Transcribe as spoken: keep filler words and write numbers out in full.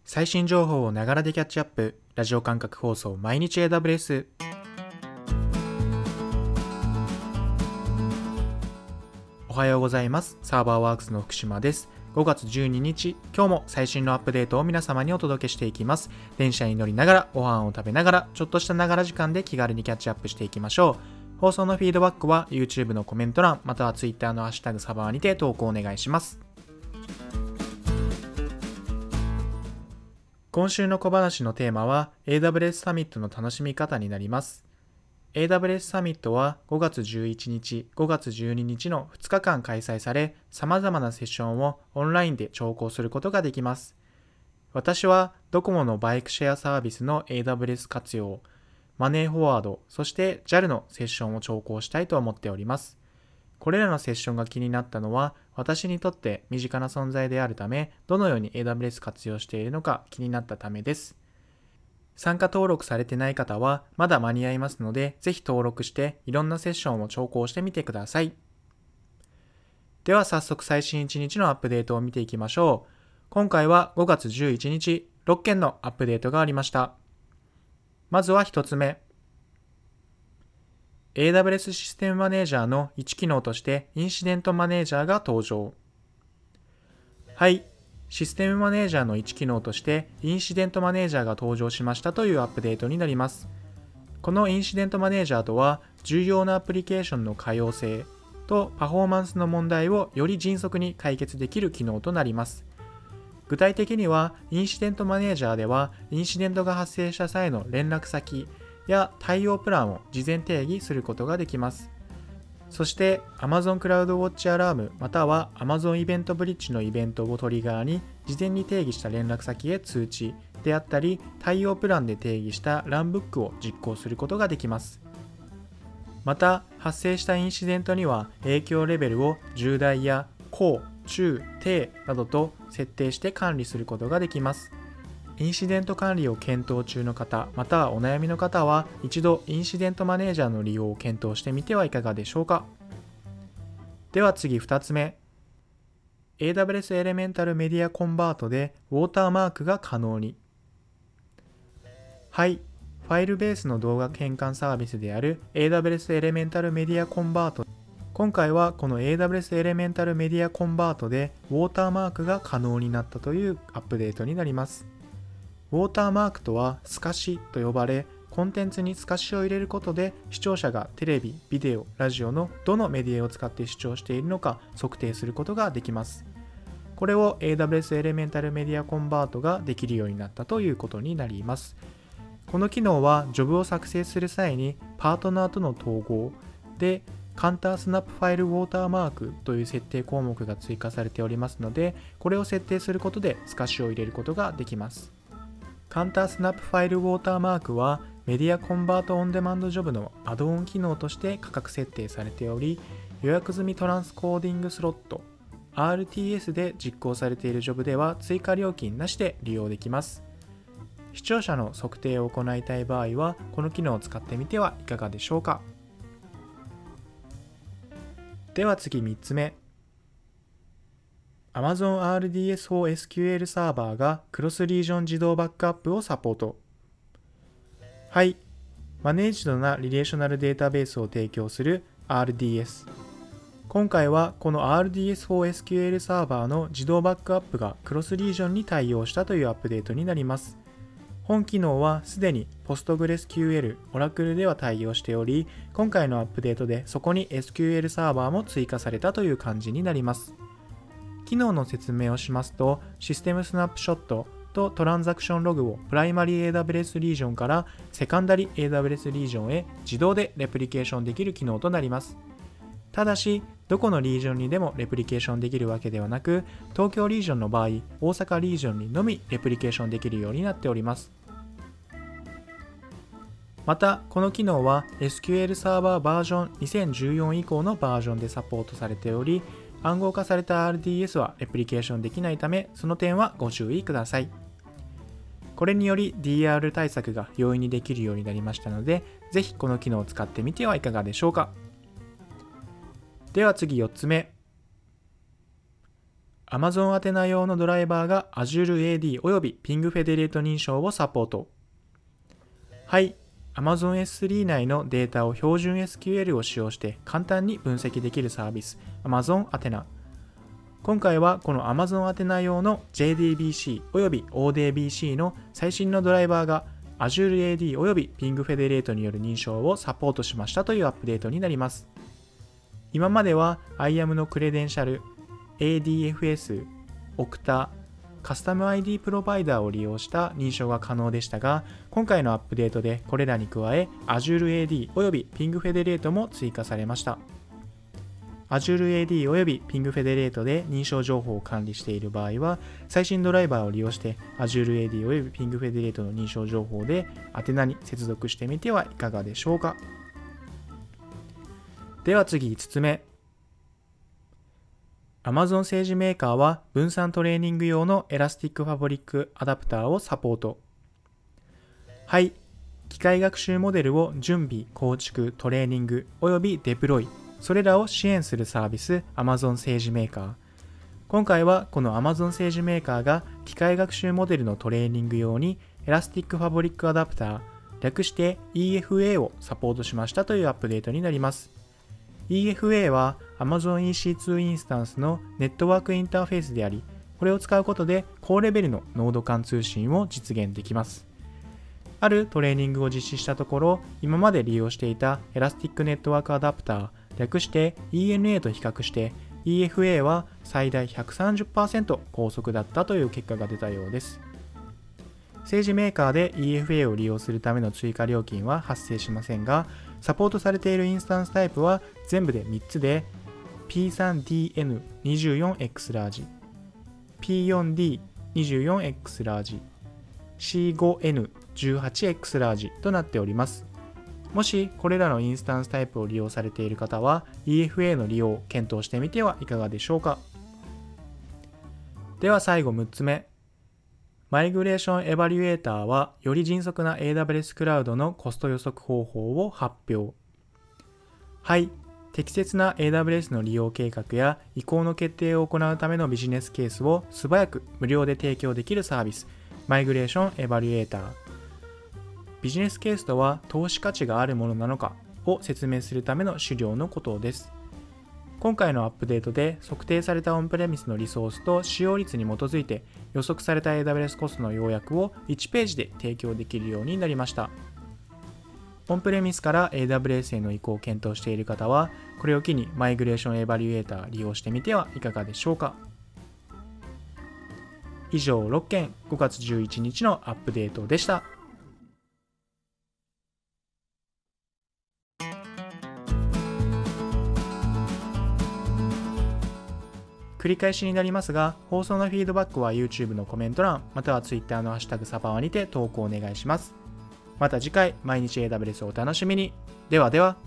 最新情報をながらでキャッチアップ、ラジオ感覚放送毎日 エーダブリューエス。 おはようございます。サーバーワークスの福島です。ごがつじゅうににち、今日も最新のアップデートを皆様にお届けしていきます。電車に乗りながら、ご飯を食べながら、ちょっとしたながら時間で気軽にキャッチアップしていきましょう。放送のフィードバックは YouTube のコメント欄、または Twitter のハッシュタグサバーにて投稿お願いします。今週の小話のテーマは エーダブリューエス サミットの楽しみ方になります。エーダブリューエス サミットはごがつじゅういちにち、ごがつじゅうににちのふつかかん開催され、様々なセッションをオンラインで聴講することができます。私はドコモのバイクシェアサービスの エーダブリューエス 活用、マネーフォワード、そして ジャル のセッションを聴講したいと思っております。これらのセッションが気になったのは、私にとって身近な存在であるため、どのように エーダブリューエス 活用しているのか気になったためです。参加登録されてない方はまだ間に合いますので、ぜひ登録していろんなセッションを聴講してみてください。では早速最新いちにちのアップデートを見ていきましょう。今回はごがつじゅういちにち、ろっけんのアップデートがありました。まずはひとつめ。エーダブリューエス システムマネージャーのいち機能としてインシデントマネージャーが登場。はい、システムマネージャーのいち機能としてインシデントマネージャーが登場しましたというアップデートになります。このインシデントマネージャーとは、重要なアプリケーションの可用性とパフォーマンスの問題をより迅速に解決できる機能となります。具体的には、インシデントマネージャーでは、インシデントが発生した際の連絡先や対応プランを事前定義することができます。そして Amazon CloudWatch アラームまたは Amazon イベントブリッジのイベントをトリガーに事前に定義した連絡先へ通知であったり、対応プランで定義したランブックを実行することができます。また発生したインシデントには影響レベルを重大や高、中、低などと設定して管理することができます。インシデント管理を検討中の方、またはお悩みの方は、一度インシデントマネージャーの利用を検討してみてはいかがでしょうか。では次ふたつめ。エーダブリューエス エレメンタルメディアコンバートでウォーターマークが可能に。はい、ファイルベースの動画変換サービスである エーダブリューエス エレメンタルメディアコンバート。今回はこの エーダブリューエス エレメンタルメディアコンバートでウォーターマークが可能になったというアップデートになります。ウォーターマークとは透かしと呼ばれ、コンテンツに透かしを入れることで視聴者がテレビ、ビデオ、ラジオのどのメディアを使って視聴しているのか測定することができます。これを エーダブリューエス エレメンタルメディアコンバートができるようになったということになります。この機能はジョブを作成する際にパートナーとの統合でカンタースナップファイルウォーターマークという設定項目が追加されておりますので、これを設定することで透かしを入れることができます。カンタースナップファイルウォーターマークはメディアコンバートオンデマンドジョブのアドオン機能として価格設定されており、予約済みトランスコーディングスロット アールティーエス で実行されているジョブでは追加料金なしで利用できます。視聴者の測定を行いたい場合はこの機能を使ってみてはいかがでしょうか。では次みっつめ。Amazon アールディーエス フォー エスキューエル サーバーがクロスリージョン自動バックアップをサポート。はい、マネージドなリレーショナルデータベースを提供する アールディーエス。今回はこの アールディーエス フォー エスキューエル サーバーの自動バックアップがクロスリージョンに対応したというアップデートになります。本機能はすでに PostgreSQL、Oracle では対応しており、今回のアップデートでそこに エスキューエル サーバーも追加されたという感じになります。機能の説明をしますと、システムスナップショットとトランザクションログをプライマリー エーダブリューエス リージョンからセカンダリー エーダブリューエス リージョンへ自動でレプリケーションできる機能となります。ただし、どこのリージョンにでもレプリケーションできるわけではなく、東京リージョンの場合、大阪リージョンにのみレプリケーションできるようになっております。また、この機能は エスキューエル サーバーバージョンにせんじゅうよん以降のバージョンでサポートされており、暗号化された アールディーエス はレプリケーションできないため、その点はご注意ください。これにより ディーアール 対策が容易にできるようになりましたので、ぜひこの機能を使ってみてはいかがでしょうか。では次よっつめ。 Amazon 宛名用のドライバーが Azure エーディー および Ping フェデレート認証をサポート。はい、Amazon エススリー 内のデータを標準 エスキューエル を使用して簡単に分析できるサービス Amazon 宛名。今回はこの Amazon 宛名用の ジェイディービーシー および オーディービーシー の最新のドライバーが Azure エーディー および Ping フェデレートによる認証をサポートしましたというアップデートになります。今までは アイアム のクレデンシャル、エーディーエフエス、Okta、カスタム アイディー プロバイダーを利用した認証が可能でしたが、今回のアップデートでこれらに加え Azure エーディー および Ping フェデレートも追加されました。Azure エーディー および Ping フェデレートで認証情報を管理している場合は、最新ドライバーを利用して Azure エーディー および Ping フェデレートの認証情報で宛名に接続してみてはいかがでしょうか。では次いつつめ。Amazon 政治メーカーは分散トレーニング用のエラスティックファブリックアダプターをサポート。はい、機械学習モデルを準備、構築、トレーニングおよびデプロイ、それらを支援するサービス Amazon 政治メーカー。今回はこの Amazon 政治メーカーが機械学習モデルのトレーニング用にエラスティックファブリックアダプター、略して イーエフエー をサポートしましたというアップデートになります。イーエフエー は Amazon イーシーツー インスタンスのネットワークインターフェースであり、これを使うことで高レベルのノード間通信を実現できます。あるトレーニングを実施したところ、今まで利用していたエラスティックネットワークアダプター、略して イーエヌエー と比較して イーエフエー は最大 ひゃくさんじゅっパーセント 高速だったという結果が出たようです。政治メーカーで イーエフエー を利用するための追加料金は発生しませんが、サポートされているインスタンスタイプは全部でみっつで ピースリーディーエヌにじゅうよんエックス ラージ、ピーフォーディーにじゅうよんエックス ラージ、シーファイブエヌじゅうはちエックス ラージとなっております。もしこれらのインスタンスタイプを利用されている方は イーエフエー の利用を検討してみてはいかがでしょうか。では最後むっつめ。マイグレーションエバリュエーターはより迅速な エーダブリューエス クラウドのコスト予測方法を発表。はい、適切な エーダブリューエス の利用計画や移行の決定を行うためのビジネスケースを素早く無料で提供できるサービス、マイグレーションエバリュエーター。ビジネスケースとは投資価値があるものなのかを説明するための資料のことです。今回のアップデートで測定されたオンプレミスのリソースと使用率に基づいて予測された エーダブリューエス コストの要約をいちページで提供できるようになりました。オンプレミスから エーダブリューエス への移行を検討している方は、これを機にマイグレーションエバリュエーター利用してみてはいかがでしょうか。以上ろっけんごがつじゅういちにちのアップデートでした。繰り返しになりますが、放送のフィードバックは YouTube のコメント欄、または Twitter のハッシュタグサパワにて投稿お願いします。また次回、毎日 エーダブリューエス をお楽しみに。ではでは。